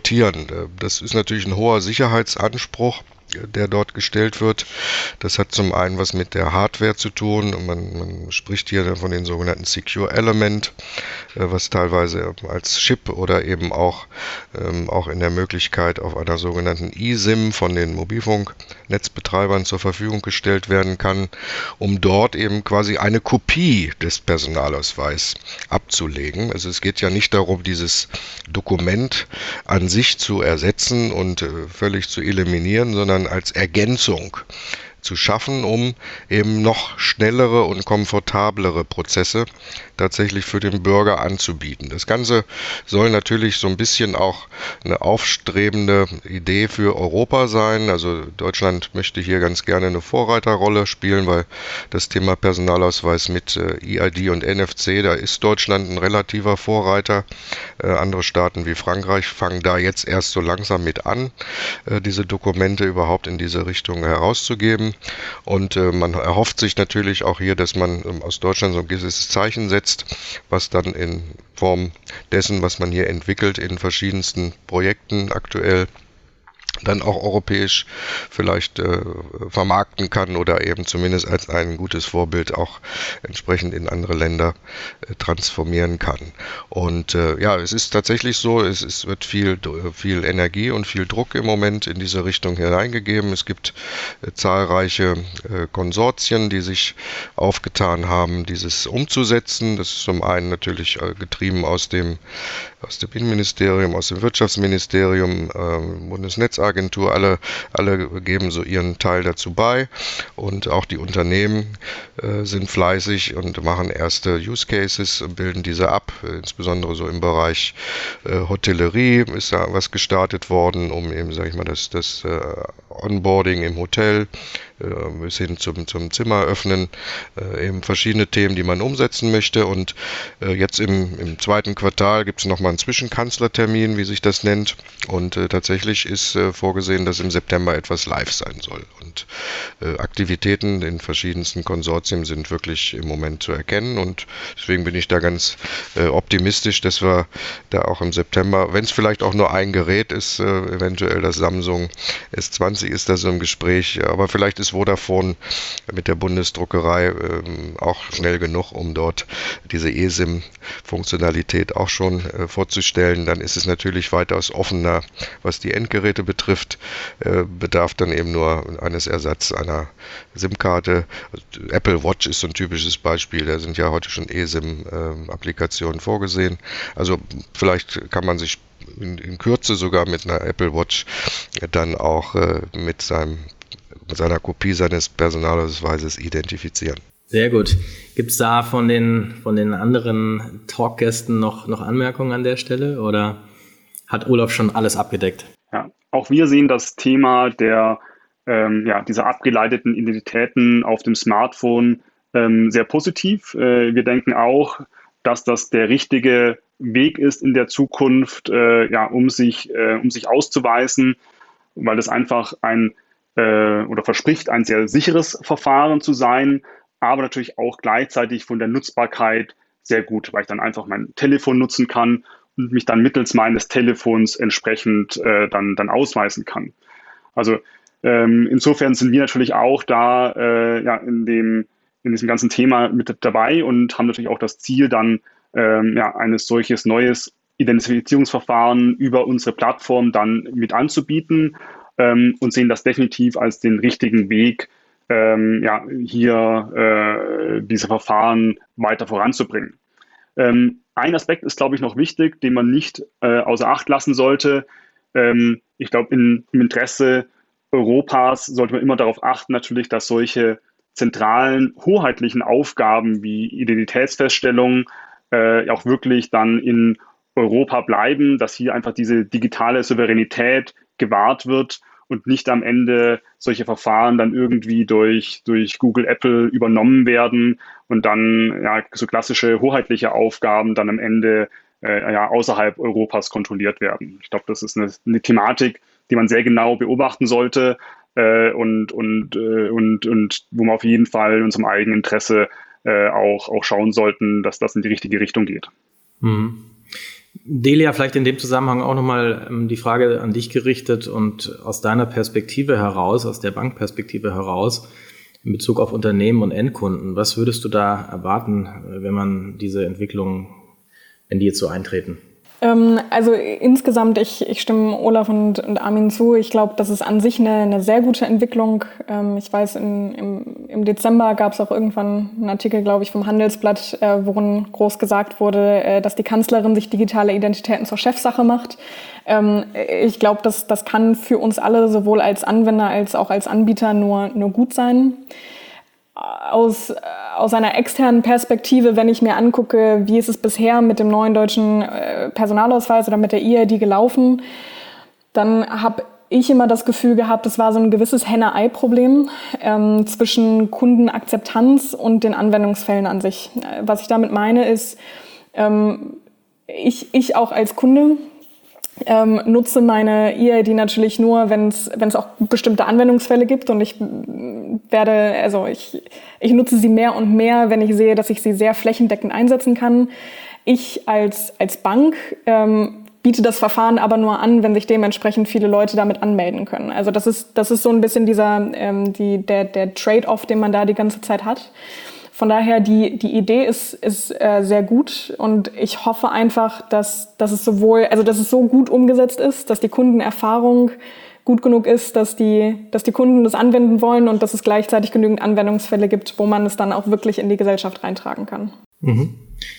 Das ist natürlich ein hoher Sicherheitsanspruch, der dort gestellt wird. Das hat zum einen was mit der Hardware zu tun. Man spricht hier von den sogenannten Secure Element, was teilweise als Chip oder eben auch in der Möglichkeit auf einer sogenannten eSIM von den Mobilfunknetzbetreibern zur Verfügung gestellt werden kann, um dort eben quasi eine Kopie des Personalausweises abzulegen. Also es geht ja nicht darum, dieses Dokument an sich zu ersetzen und völlig zu eliminieren, sondern als Ergänzung zu schaffen, um eben noch schnellere und komfortablere Prozesse tatsächlich für den Bürger anzubieten. Das Ganze soll natürlich so ein bisschen auch eine aufstrebende Idee für Europa sein. Also Deutschland möchte hier ganz gerne eine Vorreiterrolle spielen, weil das Thema Personalausweis mit EID und NFC, da ist Deutschland ein relativer Vorreiter. Andere Staaten wie Frankreich fangen da jetzt erst so langsam mit an, diese Dokumente überhaupt in diese Richtung herauszugeben. Und man erhofft sich natürlich auch hier, dass man aus Deutschland so ein gewisses Zeichen setzt, was dann in Form dessen, was man hier entwickelt, in verschiedensten Projekten aktuell dann auch europäisch vielleicht vermarkten kann oder eben zumindest als ein gutes Vorbild auch entsprechend in andere Länder transformieren kann. Und es ist tatsächlich so, es wird viel Energie und viel Druck im Moment in diese Richtung hineingegeben. Es gibt zahlreiche Konsortien, die sich aufgetan haben, dieses umzusetzen. Das ist zum einen natürlich getrieben aus dem Innenministerium, aus dem Wirtschaftsministerium, Bundesnetzagentur, alle geben so ihren Teil dazu bei und auch die Unternehmen sind fleißig und machen erste Use Cases, bilden diese ab, insbesondere so im Bereich Hotellerie ist da was gestartet worden, um eben, sage ich mal, das Onboarding im Hotel bis hin zum Zimmer öffnen, eben verschiedene Themen, die man umsetzen möchte. Und jetzt im zweiten Quartal gibt es nochmal einen Zwischenkanzlertermin, wie sich das nennt. Und tatsächlich ist vorgesehen, dass im September etwas live sein soll. Und Aktivitäten in verschiedensten Konsortien sind wirklich im Moment zu erkennen. Und deswegen bin ich da ganz optimistisch, dass wir da auch im September, wenn es vielleicht auch nur ein Gerät ist, eventuell das Samsung S20 ist da so im Gespräch, aber vielleicht ist Vodafone mit der Bundesdruckerei auch schnell genug, um dort diese eSIM-Funktionalität auch schon vorzustellen. Dann ist es natürlich weitaus offener, was die Endgeräte betrifft, bedarf dann eben nur eines Ersatzes einer SIM-Karte. Apple Watch ist so ein typisches Beispiel, da sind ja heute schon eSIM-Applikationen vorgesehen. Also vielleicht kann man sich in Kürze sogar mit einer Apple Watch dann auch mit seiner Kopie seines Personalausweises identifizieren. Sehr gut. Gibt es da von den anderen Talkgästen noch Anmerkungen an der Stelle oder hat Olaf schon alles abgedeckt? Ja, auch wir sehen das Thema dieser abgeleiteten Identitäten auf dem Smartphone sehr positiv. Wir denken auch, dass das der richtige Weg ist in der Zukunft, um sich auszuweisen, weil das einfach verspricht, ein sehr sicheres Verfahren zu sein, aber natürlich auch gleichzeitig von der Nutzbarkeit sehr gut, weil ich dann einfach mein Telefon nutzen kann und mich dann mittels meines Telefons entsprechend dann ausweisen kann. Also insofern sind wir natürlich auch da in diesem ganzen Thema mit dabei und haben natürlich auch das Ziel, dann eines solches neues Identifizierungsverfahren über unsere Plattform dann mit anzubieten und sehen das definitiv als den richtigen Weg, diese Verfahren weiter voranzubringen. Ein Aspekt ist, glaube ich, noch wichtig, den man nicht außer Acht lassen sollte. Ich glaube, im Interesse Europas sollte man immer darauf achten, natürlich, dass solche zentralen, hoheitlichen Aufgaben wie Identitätsfeststellung auch wirklich dann in Europa bleiben, dass hier einfach diese digitale Souveränität gewahrt wird und nicht am Ende solche Verfahren dann irgendwie durch Google, Apple übernommen werden und dann so klassische hoheitliche Aufgaben dann am Ende außerhalb Europas kontrolliert werden. Ich glaube, das ist eine Thematik, die man sehr genau beobachten sollte und wo wir auf jeden Fall in unserem eigenen Interesse auch schauen sollten, dass das in die richtige Richtung geht. Mhm. Delia, vielleicht in dem Zusammenhang auch nochmal die Frage an dich gerichtet und aus deiner Perspektive heraus, aus der Bankperspektive heraus, in Bezug auf Unternehmen und Endkunden, was würdest du da erwarten, wenn die jetzt so eintreten? Also insgesamt, ich stimme Olaf und Armin zu. Ich glaube, das ist an sich eine sehr gute Entwicklung. Ich weiß, im Dezember gab es auch irgendwann einen Artikel, glaube ich, vom Handelsblatt, worin groß gesagt wurde, dass die Kanzlerin sich digitale Identitäten zur Chefsache macht. Ich glaube, das kann für uns alle, sowohl als Anwender als auch als Anbieter, nur gut sein. Aus einer externen Perspektive, wenn ich mir angucke, wie ist es bisher mit dem neuen deutschen Personalausweis oder mit der EID gelaufen, dann habe ich immer das Gefühl gehabt, es war so ein gewisses Henne-Ei-Problem zwischen Kundenakzeptanz und den Anwendungsfällen an sich. Was ich damit meine ist, ich auch als Kunde nutze meine EID natürlich nur, wenn es auch bestimmte Anwendungsfälle gibt und ich nutze sie mehr und mehr, wenn ich sehe, dass ich sie sehr flächendeckend einsetzen kann. Ich als Bank biete das Verfahren aber nur an, wenn sich dementsprechend viele Leute damit anmelden können. Also das ist so ein bisschen der Trade-off, den man da die ganze Zeit hat. Von daher, die Idee ist sehr gut und ich hoffe einfach, dass es so gut umgesetzt ist, dass die Kundenerfahrung gut genug ist, dass die Kunden das anwenden wollen und dass es gleichzeitig genügend Anwendungsfälle gibt, wo man es dann auch wirklich in die Gesellschaft reintragen kann. Mhm.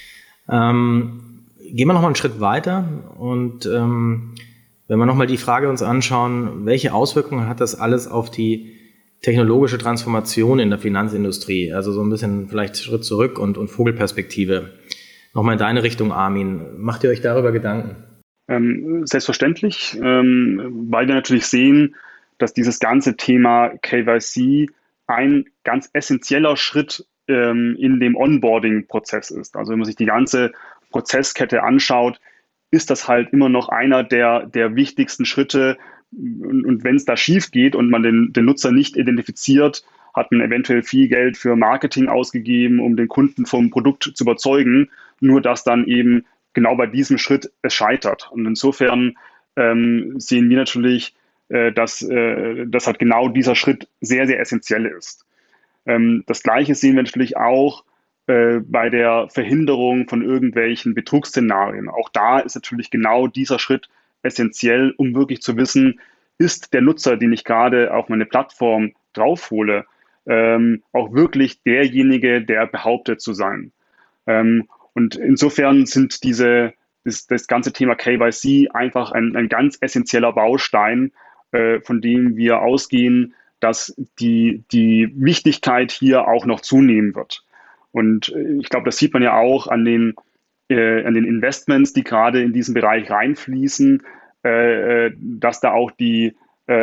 Gehen wir noch mal einen Schritt weiter und wenn wir noch mal die Frage uns anschauen, welche Auswirkungen hat das alles auf die technologische Transformation in der Finanzindustrie, also so ein bisschen vielleicht Schritt zurück und Vogelperspektive. Nochmal in deine Richtung, Armin. Macht ihr euch darüber Gedanken? Selbstverständlich, weil wir natürlich sehen, dass dieses ganze Thema KYC ein ganz essentieller Schritt in dem Onboarding-Prozess ist. Also wenn man sich die ganze Prozesskette anschaut, ist das halt immer noch einer der wichtigsten Schritte. Und wenn es da schief geht und man den Nutzer nicht identifiziert, hat man eventuell viel Geld für Marketing ausgegeben, um den Kunden vom Produkt zu überzeugen, nur dass dann eben genau bei diesem Schritt es scheitert. Und insofern sehen wir natürlich, dass halt genau dieser Schritt sehr, sehr essentiell ist. Das Gleiche sehen wir natürlich auch bei der Verhinderung von irgendwelchen Betrugsszenarien. Auch da ist natürlich genau dieser Schritt essentiell, um wirklich zu wissen, ist der Nutzer, den ich gerade auf meine Plattform draufhole, auch wirklich derjenige, der behauptet zu sein. Und insofern sind das ganze Thema KYC einfach ein ganz essentieller Baustein, von dem wir ausgehen, dass die Wichtigkeit hier auch noch zunehmen wird. Und ich glaube, das sieht man ja auch an den Investments, die gerade in diesen Bereich reinfließen, dass da auch die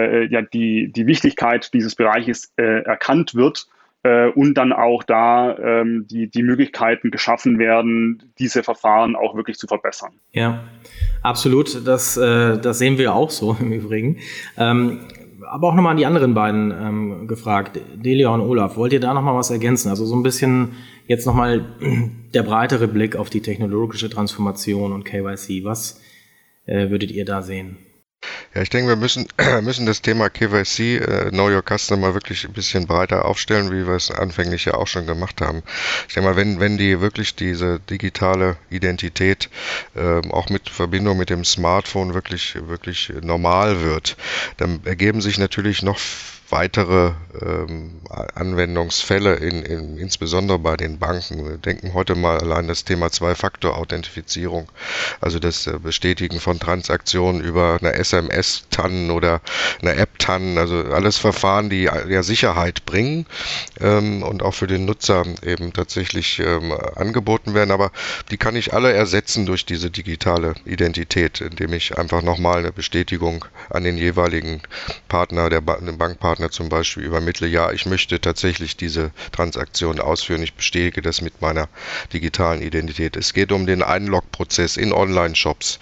Wichtigkeit dieses Bereiches erkannt wird und dann auch da die Möglichkeiten geschaffen werden, diese Verfahren auch wirklich zu verbessern. Ja, absolut. Das sehen wir auch so im Übrigen. Aber auch nochmal an die anderen beiden gefragt, Delia und Olaf, wollt ihr da nochmal was ergänzen? Also so ein bisschen jetzt nochmal der breitere Blick auf die technologische Transformation und KYC. Was würdet ihr da sehen? Ja, ich denke, wir müssen das Thema KYC, Know Your Customer, wirklich ein bisschen breiter aufstellen, wie wir es anfänglich ja auch schon gemacht haben. Ich denke mal, wenn die wirklich diese digitale Identität auch mit Verbindung mit dem Smartphone wirklich normal wird, dann ergeben sich natürlich noch weitere Anwendungsfälle, insbesondere bei den Banken. Wir denken heute mal allein das Thema Zwei-Faktor-Authentifizierung, also das Bestätigen von Transaktionen über eine SMS-TAN oder eine App-TAN, also alles Verfahren, die ja Sicherheit bringen und auch für den Nutzer eben tatsächlich angeboten werden, aber die kann ich alle ersetzen durch diese digitale Identität, indem ich einfach nochmal eine Bestätigung an den jeweiligen Partner, den Bankpartner zum Beispiel übermittle, ja, ich möchte tatsächlich diese Transaktion ausführen, ich bestätige das mit meiner digitalen Identität. Es geht um den Einlog-Prozess in Online-Shops,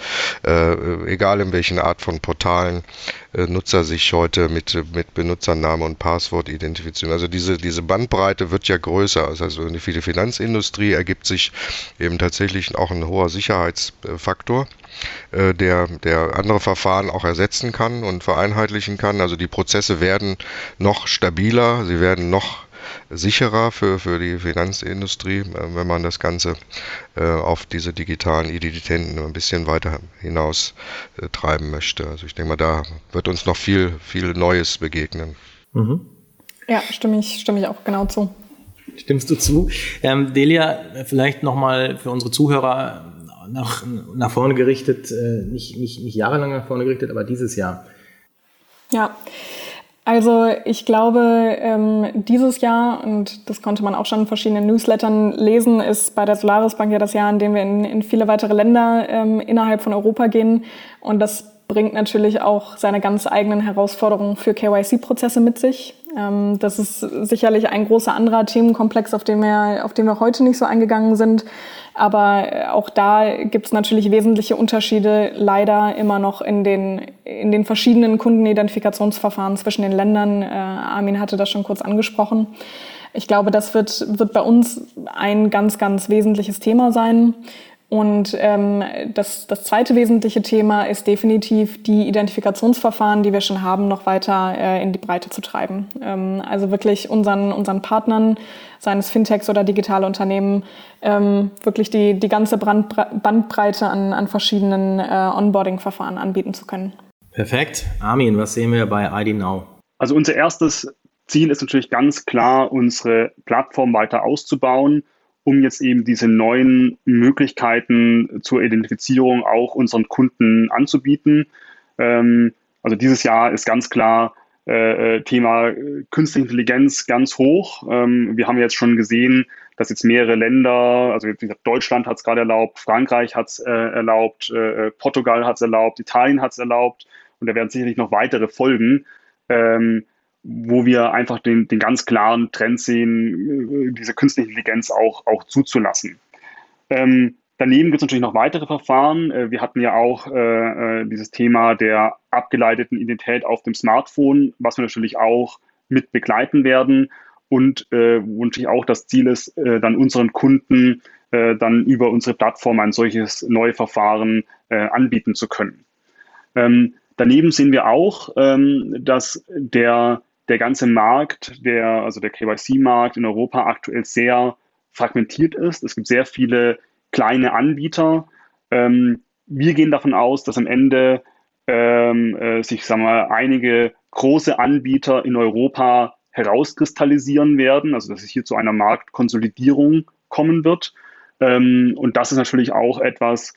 egal in welchen Art von Portalen Nutzer sich heute mit Benutzername und Passwort identifizieren. Also diese Bandbreite wird ja größer. Also für die Finanzindustrie ergibt sich eben tatsächlich auch ein hoher Sicherheitsfaktor, der andere Verfahren auch ersetzen kann und vereinheitlichen kann. Also die Prozesse werden noch stabiler, sie werden noch sicherer für die Finanzindustrie, wenn man das Ganze auf diese digitalen Identitäten ein bisschen weiter hinaus treiben möchte. Also ich denke mal, da wird uns noch viel Neues begegnen. Mhm. Ja, stimme ich auch genau zu. Stimmst du zu? Delia, vielleicht nochmal für unsere Zuhörer nach vorne gerichtet, nicht jahrelang nach vorne gerichtet, aber dieses Jahr. Ja, also ich glaube, dieses Jahr, und das konnte man auch schon in verschiedenen Newslettern lesen, ist bei der Solaris Bank ja das Jahr, in dem wir in viele weitere Länder innerhalb von Europa gehen. Und das bringt natürlich auch seine ganz eigenen Herausforderungen für KYC-Prozesse mit sich. Das ist sicherlich ein großer anderer Themenkomplex, auf den wir heute nicht so eingegangen sind. Aber auch da gibt es natürlich wesentliche Unterschiede, leider immer noch in den verschiedenen Kundenidentifikationsverfahren zwischen den Ländern. Armin hatte das schon kurz angesprochen. Ich glaube, das wird bei uns ein ganz, ganz wesentliches Thema sein. Und das zweite wesentliche Thema ist definitiv, die Identifikationsverfahren, die wir schon haben, noch weiter in die Breite zu treiben. Also wirklich unseren Partnern, seien es Fintechs oder digitale Unternehmen, wirklich die ganze Bandbreite an verschiedenen Onboarding-Verfahren anbieten zu können. Perfekt. Armin, was sehen wir bei ID Now? Also unser erstes Ziel ist natürlich ganz klar, unsere Plattform weiter auszubauen, um jetzt eben diese neuen Möglichkeiten zur Identifizierung auch unseren Kunden anzubieten. Also dieses Jahr ist ganz klar Thema Künstliche Intelligenz ganz hoch. Wir haben jetzt schon gesehen, dass jetzt mehrere Länder, also wie gesagt, Deutschland hat es gerade erlaubt, Frankreich hat es erlaubt, Portugal hat es erlaubt, Italien hat es erlaubt und da werden sicherlich noch weitere folgen. wo wir einfach den ganz klaren Trend sehen, diese künstliche Intelligenz auch zuzulassen. Daneben gibt es natürlich noch weitere Verfahren. Wir hatten ja auch dieses Thema der abgeleiteten Identität auf dem Smartphone, was wir natürlich auch mit begleiten werden und wo natürlich auch das Ziel ist, dann unseren Kunden dann über unsere Plattform ein solches neue Verfahren anbieten zu können. Daneben sehen wir auch, dass der ganze Markt, also der KYC-Markt in Europa aktuell sehr fragmentiert ist. Es gibt sehr viele kleine Anbieter. Wir gehen davon aus, dass am Ende sich, sagen wir, einige große Anbieter in Europa herauskristallisieren werden, also dass es hier zu einer Marktkonsolidierung kommen wird. Und das ist natürlich auch etwas,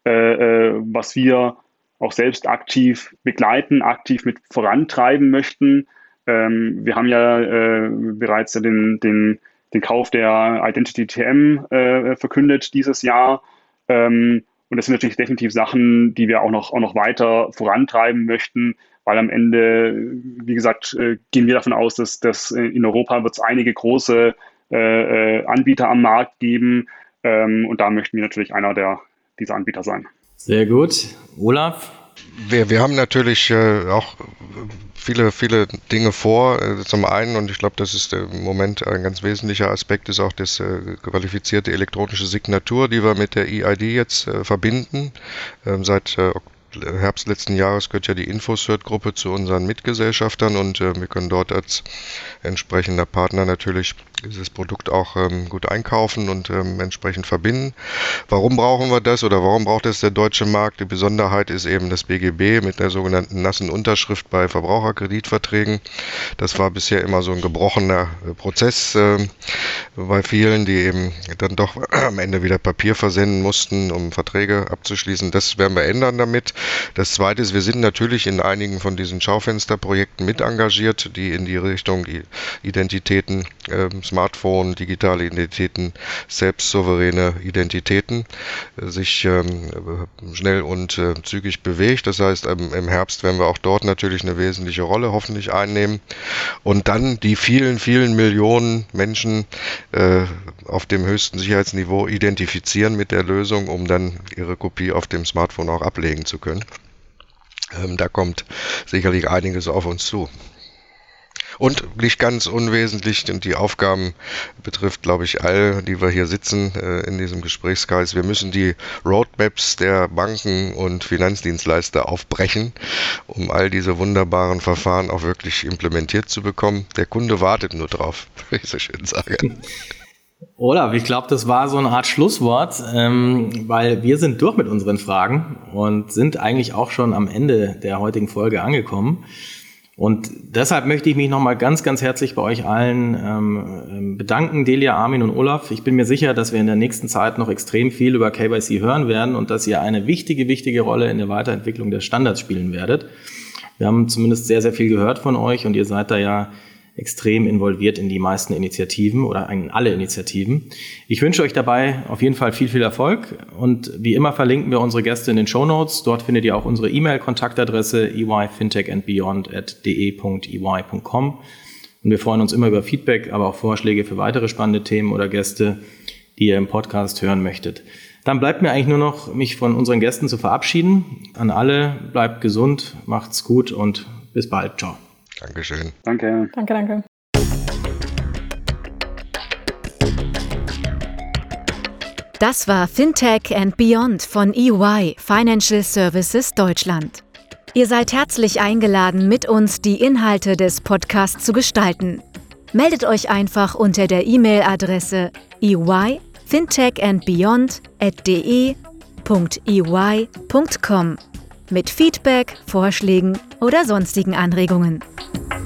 was wir auch selbst aktiv begleiten, aktiv mit vorantreiben möchten. Wir haben ja bereits den Kauf der Identity TM verkündet dieses Jahr. Und das sind natürlich definitiv Sachen, die wir auch noch weiter vorantreiben möchten, weil am Ende, wie gesagt, gehen wir davon aus, dass in Europa wird es einige große Anbieter am Markt geben. Und da möchten wir natürlich einer dieser Anbieter sein. Sehr gut. Olaf? Wir haben natürlich auch viele Dinge vor. Zum einen, und ich glaube, das ist im Moment ein ganz wesentlicher Aspekt, ist auch das qualifizierte elektronische Signatur, die wir mit der EID jetzt verbinden. Seit Herbst letzten Jahres gehört ja die InfoCert-Gruppe zu unseren Mitgesellschaftern und wir können dort als entsprechender Partner natürlich dieses Produkt auch gut einkaufen und entsprechend verbinden. Warum brauchen wir das oder warum braucht es der deutsche Markt? Die Besonderheit ist eben das BGB mit der sogenannten nassen Unterschrift bei Verbraucherkreditverträgen. Das war bisher immer so ein gebrochener Prozess bei vielen, die eben dann doch am Ende wieder Papier versenden mussten, um Verträge abzuschließen. Das werden wir ändern damit. Das Zweite ist, wir sind natürlich in einigen von diesen Schaufensterprojekten mit engagiert, die in die Richtung Identitäten, Smartphone, digitale Identitäten, selbstsouveräne Identitäten sich schnell und zügig bewegt. Das heißt, im Herbst werden wir auch dort natürlich eine wesentliche Rolle hoffentlich einnehmen. Und dann die vielen, vielen Millionen Menschen auf dem höchsten Sicherheitsniveau identifizieren mit der Lösung, um dann ihre Kopie auf dem Smartphone auch ablegen zu können. Da kommt sicherlich einiges auf uns zu. Und nicht ganz unwesentlich, und die Aufgaben betrifft, glaube ich, all, die wir hier sitzen in diesem Gesprächskreis. Wir müssen die Roadmaps der Banken und Finanzdienstleister aufbrechen, um all diese wunderbaren Verfahren auch wirklich implementiert zu bekommen. Der Kunde wartet nur drauf, wie ich so schön sage. Olaf, ich glaube, das war so eine Art Schlusswort, weil wir sind durch mit unseren Fragen und sind eigentlich auch schon am Ende der heutigen Folge angekommen. Und deshalb möchte ich mich nochmal ganz, ganz herzlich bei euch allen bedanken, Delia, Armin und Olaf. Ich bin mir sicher, dass wir in der nächsten Zeit noch extrem viel über KYC hören werden und dass ihr eine wichtige Rolle in der Weiterentwicklung der Standards spielen werdet. Wir haben zumindest sehr, sehr viel gehört von euch und ihr seid da ja extrem involviert in die meisten Initiativen oder in alle Initiativen. Ich wünsche euch dabei auf jeden Fall viel Erfolg und wie immer verlinken wir unsere Gäste in den Shownotes. Dort findet ihr auch unsere E-Mail-Kontaktadresse eyfintechandbeyond@de.ey.com und wir freuen uns immer über Feedback, aber auch Vorschläge für weitere spannende Themen oder Gäste, die ihr im Podcast hören möchtet. Dann bleibt mir eigentlich nur noch, mich von unseren Gästen zu verabschieden. An alle, bleibt gesund, macht's gut und bis bald. Ciao. Dankeschön. Danke. Danke. Das war Fintech and Beyond von EY Financial Services Deutschland. Ihr seid herzlich eingeladen, mit uns die Inhalte des Podcasts zu gestalten. Meldet euch einfach unter der E-Mail-Adresse eyfintechandbeyond@de.ey.com mit Feedback, Vorschlägen oder sonstigen Anregungen.